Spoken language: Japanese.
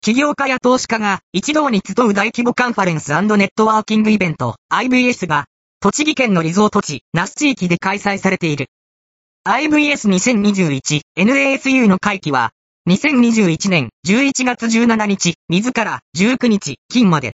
起業家や投資家が一堂に集う大規模カンファレンス&ネットワーキングイベント IVS が栃木県のリゾート地那須地域で開催されている。IVS2021 NASU の会期は2021年11月17日、水から19日、金まで。